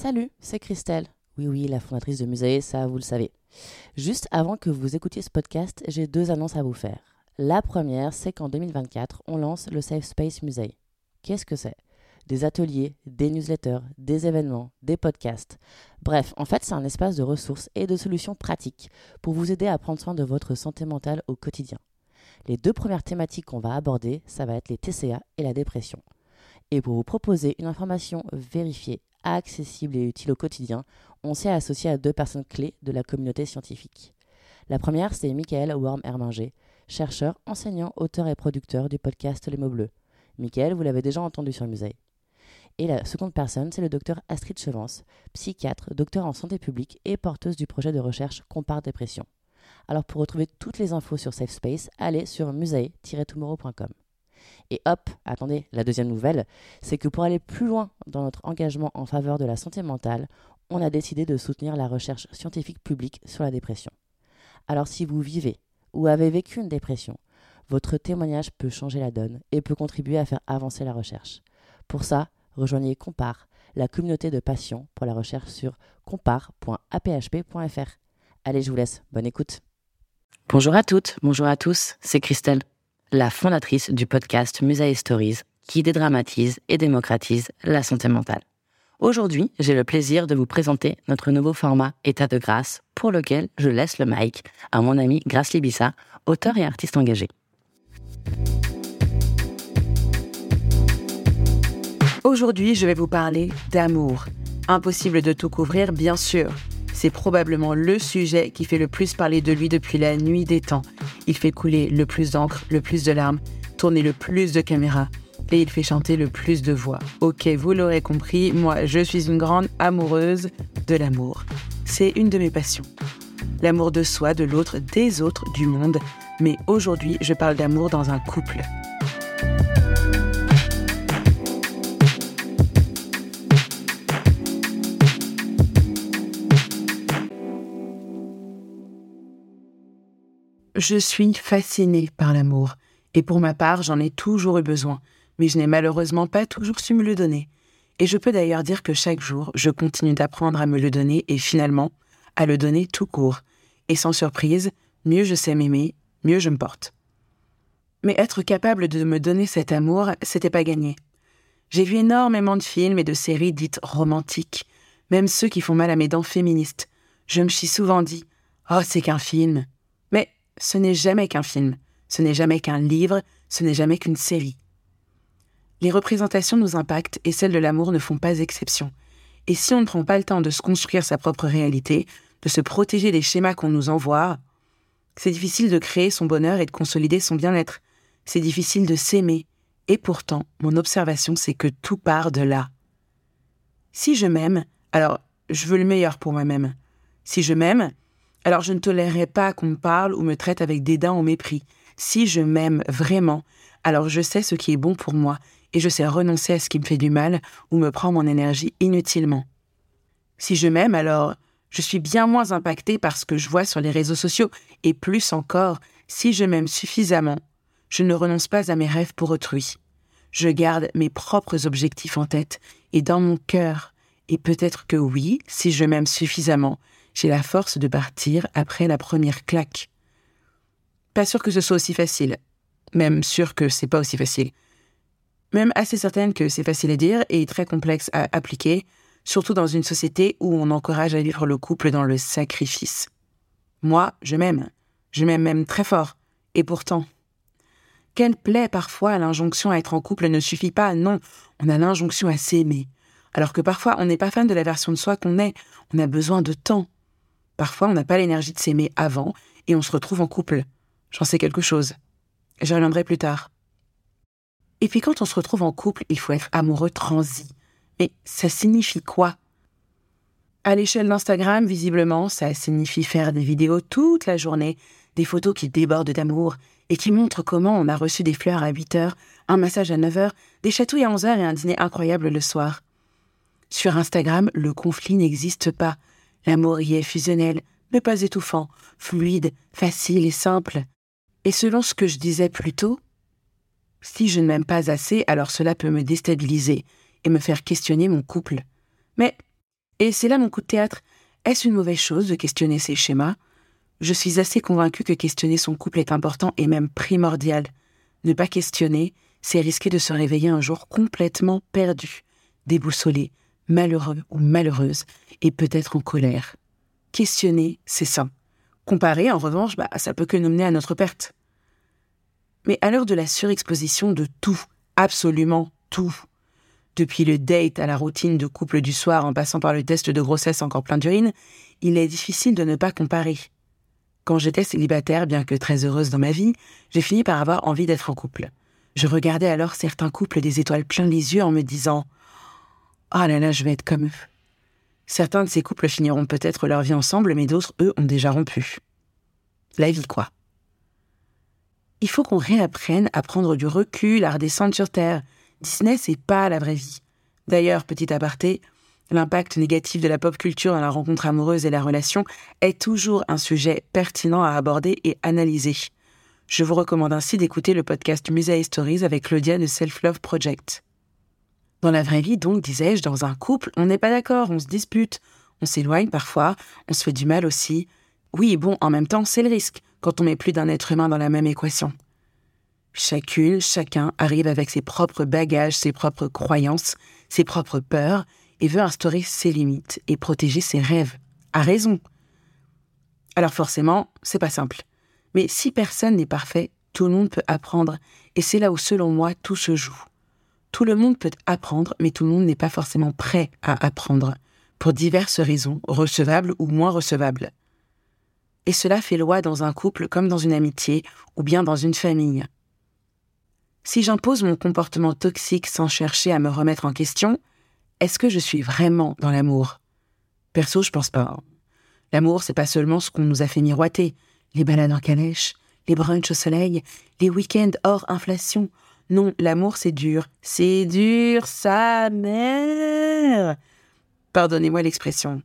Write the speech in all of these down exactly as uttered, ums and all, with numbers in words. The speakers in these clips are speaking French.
Salut, c'est Christelle. Oui, oui, la fondatrice de Musae, ça vous le savez. Juste avant que vous écoutiez ce podcast, j'ai deux annonces à vous faire. La première, c'est qu'en deux mille vingt-quatre, on lance le Safe Space Musae. Qu'est-ce que c'est ? Des ateliers, des newsletters, des événements, des podcasts. Bref, en fait, c'est un espace de ressources et de solutions pratiques pour vous aider à prendre soin de votre santé mentale au quotidien. Les deux premières thématiques qu'on va aborder, ça va être les T C A et la dépression. Et pour vous proposer une information vérifiée, accessible et utile au quotidien, on s'est associé à deux personnes clés de la communauté scientifique. La première, c'est Michael Worm-Herminger, chercheur, enseignant, auteur et producteur du podcast Les mots bleus. Michael, vous l'avez déjà entendu sur Musae. Et la seconde personne, c'est le docteur Astrid Chevance, psychiatre, docteur en santé publique et porteuse du projet de recherche Compare Dépression. Alors pour retrouver toutes les infos sur Safe Space, allez sur musae tiret tomorrow point com. Et hop, attendez, la deuxième nouvelle, c'est que pour aller plus loin dans notre engagement en faveur de la santé mentale, on a décidé de soutenir la recherche scientifique publique sur la dépression. Alors si vous vivez ou avez vécu une dépression, votre témoignage peut changer la donne et peut contribuer à faire avancer la recherche. Pour ça, rejoignez Compare, la communauté de patients pour la recherche sur compare point a p h p point f r. Allez, je vous laisse, bonne écoute. Bonjour à toutes, bonjour à tous, c'est Christelle, la fondatrice du podcast Musae Stories, qui dédramatise et démocratise la santé mentale. Aujourd'hui, j'ai le plaisir de vous présenter notre nouveau format État de grâce, pour lequel je laisse le mic à mon amie Grace Libissa, auteure et artiste engagée. Aujourd'hui, je vais vous parler d'amour. Impossible de tout couvrir, bien sûr. C'est probablement le sujet qui fait le plus parler de lui depuis la nuit des temps. Il fait couler le plus d'encre, le plus de larmes, tourner le plus de caméras et il fait chanter le plus de voix. Ok, vous l'aurez compris, moi je suis une grande amoureuse de l'amour. C'est une de mes passions. L'amour de soi, de l'autre, des autres, du monde. Mais aujourd'hui, je parle d'amour dans un couple. Je suis fascinée par l'amour. Et pour ma part, j'en ai toujours eu besoin. Mais je n'ai malheureusement pas toujours su me le donner. Et je peux d'ailleurs dire que chaque jour, je continue d'apprendre à me le donner et finalement, à le donner tout court. Et sans surprise, mieux je sais m'aimer, mieux je me porte. Mais être capable de me donner cet amour, c'était pas gagné. J'ai vu énormément de films et de séries dites romantiques, même ceux qui font mal à mes dents féministes. Je me suis souvent dit « Oh, c'est qu'un film !» Mais ce n'est jamais qu'un film, ce n'est jamais qu'un livre, ce n'est jamais qu'une série. Les représentations nous impactent et celles de l'amour ne font pas exception. Et si on ne prend pas le temps de se construire sa propre réalité, de se protéger des schémas qu'on nous envoie, c'est difficile de créer son bonheur et de consolider son bien-être. C'est difficile de s'aimer. Et pourtant, mon observation, c'est que tout part de là. Si je m'aime, alors je veux le meilleur pour moi-même. Si je m'aime, alors je ne tolérerai pas qu'on me parle ou me traite avec dédain ou mépris. Si je m'aime vraiment, alors je sais ce qui est bon pour moi et je sais renoncer à ce qui me fait du mal ou me prend mon énergie inutilement. Si je m'aime, alors je suis bien moins impactée par ce que je vois sur les réseaux sociaux et plus encore, si je m'aime suffisamment, je ne renonce pas à mes rêves pour autrui. Je garde mes propres objectifs en tête et dans mon cœur. Et peut-être que oui, si je m'aime suffisamment, j'ai la force de partir après la première claque. Pas sûr que ce soit aussi facile. Même sûr que c'est pas aussi facile. Même assez certaine que c'est facile à dire et très complexe à appliquer, surtout dans une société où on encourage à vivre le couple dans le sacrifice. Moi, je m'aime. Je m'aime même très fort. Et pourtant, quelle plaie parfois à l'injonction à être en couple ne suffit pas. Non, on a l'injonction à s'aimer. Alors que parfois, on n'est pas fan de la version de soi qu'on est. On a besoin de temps. Parfois, on n'a pas l'énergie de s'aimer avant et on se retrouve en couple. J'en sais quelque chose. J'y reviendrai plus tard. Et puis quand on se retrouve en couple, il faut être amoureux transi. Mais ça signifie quoi ? À l'échelle d'Instagram, visiblement, ça signifie faire des vidéos toute la journée, des photos qui débordent d'amour et qui montrent comment on a reçu des fleurs à huit heures, un massage à neuf heures, des chatouilles à onze heures et un dîner incroyable le soir. Sur Instagram, le conflit n'existe pas. L'amour y est fusionnel, mais pas étouffant, fluide, facile et simple. Et selon ce que je disais plus tôt, si je ne m'aime pas assez, alors cela peut me déstabiliser et me faire questionner mon couple. Mais Et c'est là mon coup de théâtre. Est-ce une mauvaise chose de questionner ces schémas ? Je suis assez convaincue que questionner son couple est important et même primordial. Ne pas questionner, c'est risquer de se réveiller un jour complètement perdu, déboussolé, malheureux ou malheureuse, et peut-être en colère. Questionner, c'est sain. Comparer, en revanche, bah, ça peut que nous mener à notre perte. Mais à l'heure de la surexposition de tout, absolument tout, depuis le date à la routine de couple du soir en passant par le test de grossesse encore plein d'urine, il est difficile de ne pas comparer. Quand j'étais célibataire, bien que très heureuse dans ma vie, j'ai fini par avoir envie d'être en couple. Je regardais alors certains couples des étoiles plein les yeux en me disant « Ah là là, je vais être comme eux ». Certains de ces couples finiront peut-être leur vie ensemble, mais d'autres, eux, ont déjà rompu. La vie, quoi. Il faut qu'on réapprenne à prendre du recul, à redescendre sur Terre. Disney, c'est pas la vraie vie. D'ailleurs, petit aparté, l'impact négatif de la pop culture dans la rencontre amoureuse et la relation est toujours un sujet pertinent à aborder et analyser. Je vous recommande ainsi d'écouter le podcast Musae Stories avec Claudia de Self Love Project. Dans la vraie vie, donc, disais-je, dans un couple, on n'est pas d'accord, on se dispute, on s'éloigne parfois, on se fait du mal aussi. Oui, bon, en même temps, c'est le risque quand on met plus d'un être humain dans la même équation. Chacune, chacun arrive avec ses propres bagages, ses propres croyances, ses propres peurs, et veut instaurer ses limites et protéger ses rêves. À raison. Alors forcément, c'est pas simple. Mais si personne n'est parfait, tout le monde peut apprendre, et c'est là où, selon moi, tout se joue. Tout le monde peut apprendre, mais tout le monde n'est pas forcément prêt à apprendre, pour diverses raisons, recevables ou moins recevables. Et cela fait loi dans un couple comme dans une amitié, ou bien dans une famille. Si j'impose mon comportement toxique sans chercher à me remettre en question, est-ce que je suis vraiment dans l'amour ? Perso, je pense pas. L'amour, c'est pas seulement ce qu'on nous a fait miroiter. Les balades en calèche, les brunchs au soleil, les week-ends hors inflation. Non, l'amour, c'est dur. C'est dur, sa mère. Pardonnez-moi l'expression.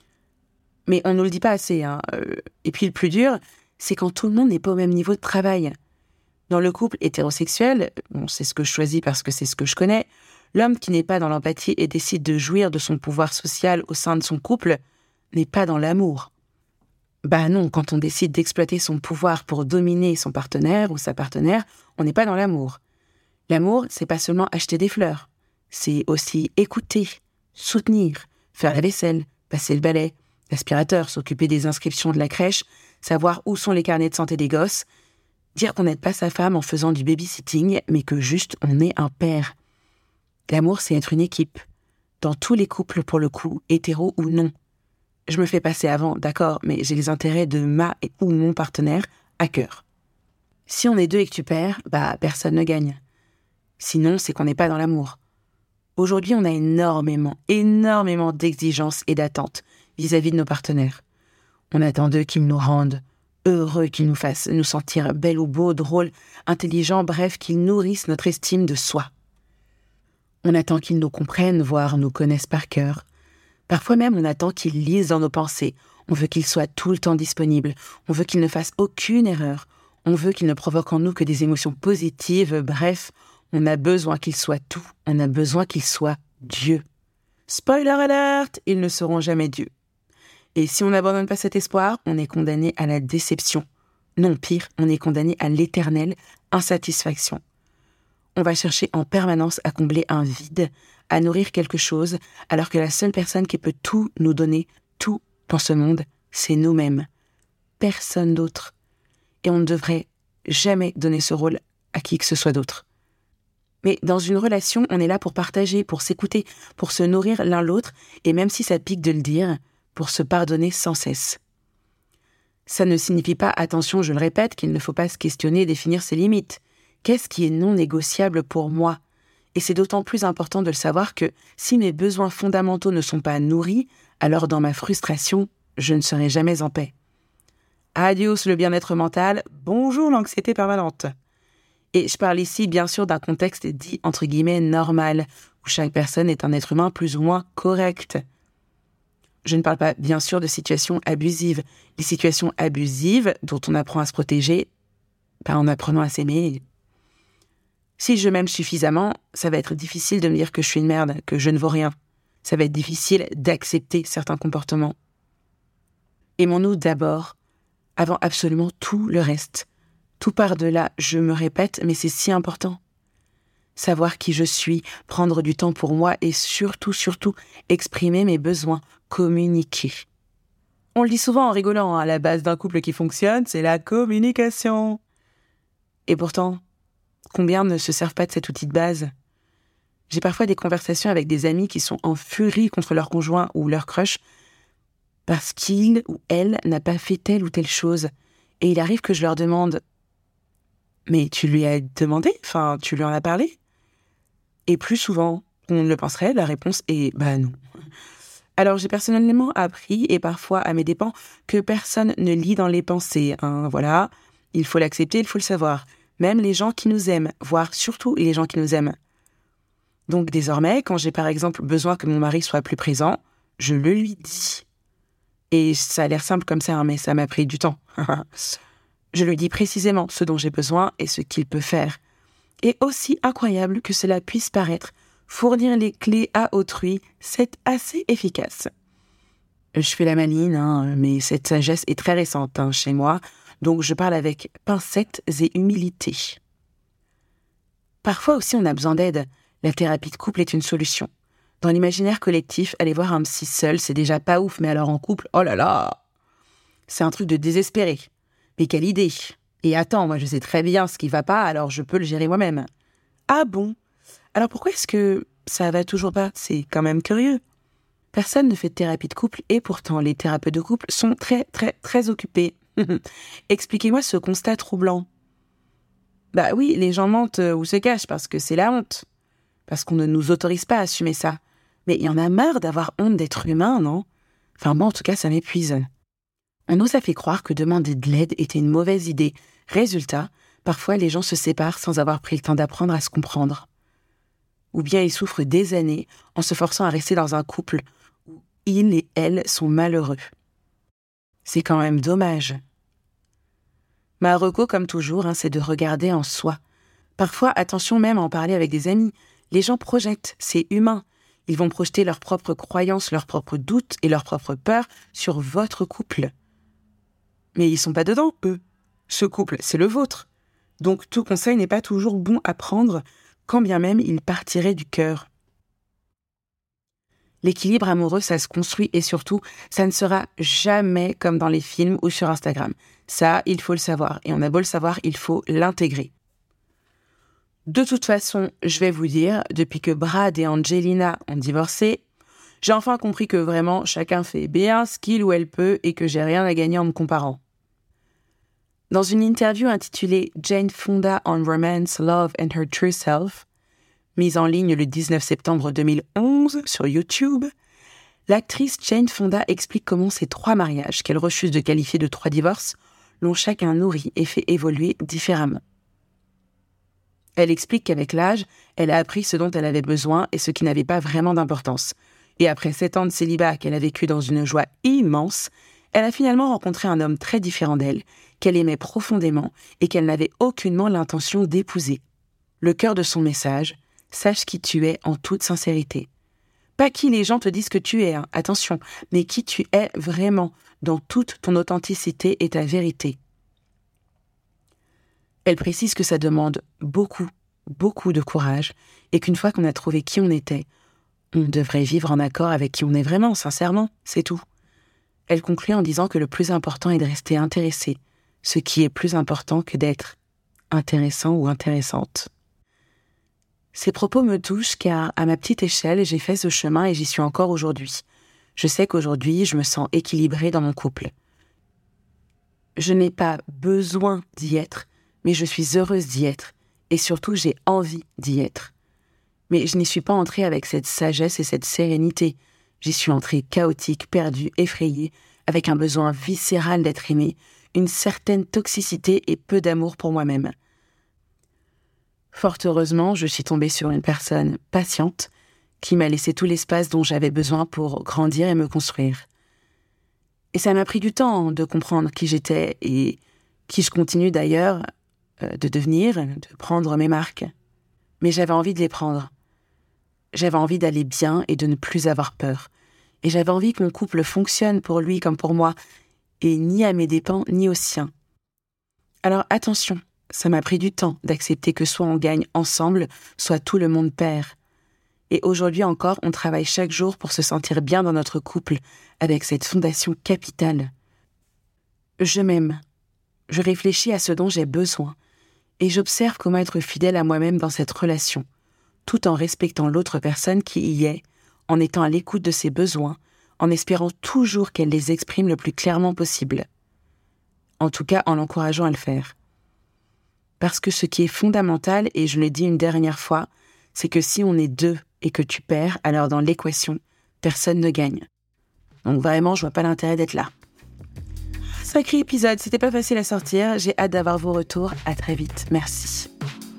Mais on ne nous le dit pas assez. Hein. Et puis le plus dur, c'est quand tout le monde n'est pas au même niveau de travail. Dans le couple hétérosexuel, bon, c'est ce que je choisis parce que c'est ce que je connais, l'homme qui n'est pas dans l'empathie et décide de jouir de son pouvoir social au sein de son couple n'est pas dans l'amour. Bah non, quand on décide d'exploiter son pouvoir pour dominer son partenaire ou sa partenaire, on n'est pas dans l'amour. L'amour, c'est pas seulement acheter des fleurs. C'est aussi écouter, soutenir, faire la vaisselle, passer le balai, l'aspirateur, s'occuper des inscriptions de la crèche, savoir où sont les carnets de santé des gosses, dire qu'on n'aide pas sa femme en faisant du babysitting, mais que juste on est un père. L'amour, c'est être une équipe. Dans tous les couples, pour le coup, hétéro ou non. Je me fais passer avant, d'accord, mais j'ai les intérêts de ma et ou mon partenaire à cœur. Si on est deux et que tu perds, bah personne ne gagne. Sinon, c'est qu'on n'est pas dans l'amour. Aujourd'hui, on a énormément, énormément d'exigences et d'attentes vis-à-vis de nos partenaires. On attend d'eux qu'ils nous rendent heureux, qu'ils nous fassent nous sentir belles ou beaux, drôles, intelligents, bref, qu'ils nourrissent notre estime de soi. On attend qu'ils nous comprennent, voire nous connaissent par cœur. Parfois même, on attend qu'ils lisent dans nos pensées. On veut qu'ils soient tout le temps disponibles. On veut qu'ils ne fassent aucune erreur. On veut qu'ils ne provoquent en nous que des émotions positives. Bref, on a besoin qu'ils soient tout. On a besoin qu'ils soient Dieu. Spoiler alert, ils ne seront jamais Dieu. Et si on n'abandonne pas cet espoir, on est condamné à la déception. Non, pire, on est condamné à l'éternelle insatisfaction. On va chercher en permanence à combler un vide, à nourrir quelque chose, alors que la seule personne qui peut tout nous donner, tout dans ce monde, c'est nous-mêmes. Personne d'autre. Et on ne devrait jamais donner ce rôle à qui que ce soit d'autre. Mais dans une relation, on est là pour partager, pour s'écouter, pour se nourrir l'un l'autre, et même si ça pique de le dire, pour se pardonner sans cesse. Ça ne signifie pas, attention, je le répète, qu'il ne faut pas se questionner et définir ses limites. Qu'est-ce qui est non négociable pour moi ? Et c'est d'autant plus important de le savoir que si mes besoins fondamentaux ne sont pas nourris, alors dans ma frustration, je ne serai jamais en paix. Adios le bien-être mental, bonjour l'anxiété permanente. Et je parle ici bien sûr d'un contexte dit entre guillemets normal, où chaque personne est un être humain plus ou moins correct. Je ne parle pas bien sûr de situations abusives. Les situations abusives dont on apprend à se protéger, pas en apprenant à s'aimer. Si je m'aime suffisamment, ça va être difficile de me dire que je suis une merde, que je ne vaux rien. ça va être difficile d'accepter certains comportements. Aimons-nous d'abord, avant absolument tout le reste. Tout par-delà, je me répète, mais c'est si important. Savoir qui je suis, prendre du temps pour moi et surtout, surtout, exprimer mes besoins, communiquer. On le dit souvent en rigolant, à la base d'un couple qui fonctionne, c'est la communication. Et pourtant, combien ne se servent pas de cet outil de base ? J'ai parfois des conversations avec des amis qui sont en furie contre leur conjoint ou leur crush parce qu'il ou elle n'a pas fait telle ou telle chose. Et il arrive que je leur demande « Mais tu lui as demandé ? Enfin, tu lui en as parlé ?» Et plus souvent qu'on ne le penserait, la réponse est « Bah non ». Alors j'ai personnellement appris, et parfois à mes dépens, que personne ne lit dans les pensées. Hein, voilà, il faut l'accepter, il faut le savoir. Même les gens qui nous aiment, voire surtout les gens qui nous aiment. Donc désormais, quand j'ai par exemple besoin que mon mari soit plus présent, je le lui dis. Et ça a l'air simple comme ça, hein, mais ça m'a pris du temps. Je lui dis précisément ce dont j'ai besoin et ce qu'il peut faire. Et aussi incroyable que cela puisse paraître, fournir les clés à autrui, c'est assez efficace. Je fais la maline, hein, mais cette sagesse est très récente hein, chez moi, donc je parle avec pincettes et humilité. Parfois aussi on a besoin d'aide. La thérapie de couple est une solution. Dans l'imaginaire collectif, aller voir un psy seul, c'est déjà pas ouf, mais alors en couple, oh là là, c'est un truc de désespéré. Mais quelle idée! Et attends, moi je sais très bien ce qui va pas, alors je peux le gérer moi-même. Ah bon? Alors pourquoi est-ce que ça va toujours pas? C'est quand même curieux. Personne ne fait de thérapie de couple et pourtant les thérapeutes de couple sont très très très occupés. Expliquez-moi ce constat troublant. Bah oui, les gens mentent ou se cachent parce que c'est la honte. Parce qu'on ne nous autorise pas à assumer ça. Mais il y en a marre d'avoir honte d'être humain, non? Enfin bon, en tout cas, ça m'épuise. On nous a fait croire que demander de l'aide était une mauvaise idée. Résultat, parfois les gens se séparent sans avoir pris le temps d'apprendre à se comprendre. Ou bien ils souffrent des années en se forçant à rester dans un couple où ils et elles sont malheureux. C'est quand même dommage. Ma reco, comme toujours, hein, c'est de regarder en soi. Parfois, attention même à en parler avec des amis. Les gens projettent, c'est humain. Ils vont projeter leurs propres croyances, leurs propres doutes et leurs propres peurs sur votre couple. Mais ils sont pas dedans, eux. Ce couple, c'est le vôtre. Donc tout conseil n'est pas toujours bon à prendre, quand bien même il partirait du cœur. L'équilibre amoureux, ça se construit et surtout, ça ne sera jamais comme dans les films ou sur Instagram. Ça, il faut le savoir. Et on a beau le savoir, il faut l'intégrer. De toute façon, je vais vous dire, depuis que Brad et Angelina ont divorcé, j'ai enfin compris que vraiment chacun fait bien ce qu'il ou elle peut et que j'ai rien à gagner en me comparant. Dans une interview intitulée Jane Fonda on Romance, Love and Her True Self, mise en ligne le dix-neuf septembre deux mille onze sur YouTube, l'actrice Jane Fonda explique comment ces trois mariages, qu'elle refuse de qualifier de trois divorces, l'ont chacun nourri et fait évoluer différemment. Elle explique qu'avec l'âge, elle a appris ce dont elle avait besoin et ce qui n'avait pas vraiment d'importance. Et après sept ans de célibat qu'elle a vécu dans une joie immense, elle a finalement rencontré un homme très différent d'elle, qu'elle aimait profondément et qu'elle n'avait aucunement l'intention d'épouser. Le cœur de son message, sache qui tu es en toute sincérité. Pas qui les gens te disent que tu es, hein, attention, mais qui tu es vraiment, dans toute ton authenticité et ta vérité. Elle précise que ça demande beaucoup, beaucoup de courage et qu'une fois qu'on a trouvé qui on était, on devrait vivre en accord avec qui on est vraiment, sincèrement, c'est tout. Elle conclut en disant que le plus important est de rester intéressé, ce qui est plus important que d'être intéressant ou intéressante. Ces propos me touchent car, à ma petite échelle, j'ai fait ce chemin et j'y suis encore aujourd'hui. Je sais qu'aujourd'hui, je me sens équilibrée dans mon couple. Je n'ai pas besoin d'y être, mais je suis heureuse d'y être, et surtout j'ai envie d'y être. Mais je n'y suis pas entrée avec cette sagesse et cette sérénité. J'y suis entrée chaotique, perdue, effrayée, avec un besoin viscéral d'être aimée, une certaine toxicité et peu d'amour pour moi-même. Fort heureusement, je suis tombée sur une personne patiente qui m'a laissé tout l'espace dont j'avais besoin pour grandir et me construire. Et ça m'a pris du temps de comprendre qui j'étais et qui je continue d'ailleurs de devenir, de prendre mes marques. Mais j'avais envie de les prendre. J'avais envie d'aller bien et de ne plus avoir peur. Et j'avais envie que mon couple fonctionne pour lui comme pour moi, et ni à mes dépens ni aux siens. Alors attention, ça m'a pris du temps d'accepter que soit on gagne ensemble, soit tout le monde perd. Et aujourd'hui encore, on travaille chaque jour pour se sentir bien dans notre couple, avec cette fondation capitale. Je m'aime. Je réfléchis à ce dont j'ai besoin, et j'observe comment être fidèle à moi-même dans cette relation, tout en respectant l'autre personne qui y est, en étant à l'écoute de ses besoins, en espérant toujours qu'elle les exprime le plus clairement possible. En tout cas, en l'encourageant à le faire. Parce que ce qui est fondamental, et je le dis une dernière fois, c'est que si on est deux et que tu perds, alors dans l'équation, personne ne gagne. Donc vraiment, je vois pas l'intérêt d'être là. Sacré épisode, c'était pas facile à sortir, j'ai hâte d'avoir vos retours, à très vite, merci.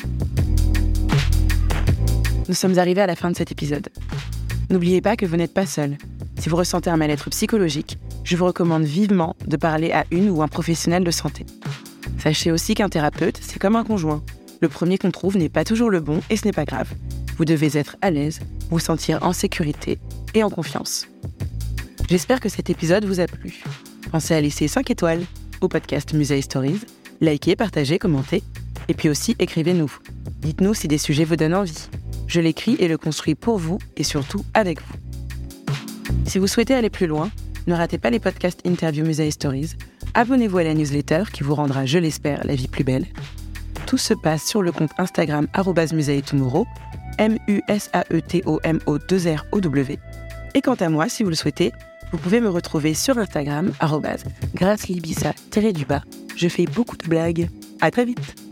Nous sommes arrivés à la fin de cet épisode. N'oubliez pas que vous n'êtes pas seul. Si vous ressentez un mal-être psychologique, je vous recommande vivement de parler à une ou un professionnel de santé. Sachez aussi qu'un thérapeute, c'est comme un conjoint. Le premier qu'on trouve n'est pas toujours le bon et ce n'est pas grave. Vous devez être à l'aise, vous sentir en sécurité et en confiance. J'espère que cet épisode vous a plu. Pensez à laisser cinq étoiles au podcast Musée Stories, likez, partagez, commentez, et puis aussi écrivez-nous. Dites-nous si des sujets vous donnent envie. Je l'écris et le construis pour vous et surtout avec vous. Si vous souhaitez aller plus loin, ne ratez pas les podcasts Interview Musée Stories, abonnez-vous à la newsletter qui vous rendra, je l'espère, la vie plus belle. Tout se passe sur le compte Instagram arobase musaetomorrow, M U S A E T O M O deux R O W. Et quant à moi, si vous le souhaitez, vous pouvez me retrouver sur Instagram arobase graceliebissa-du-bas. Je fais beaucoup de blagues. À très vite.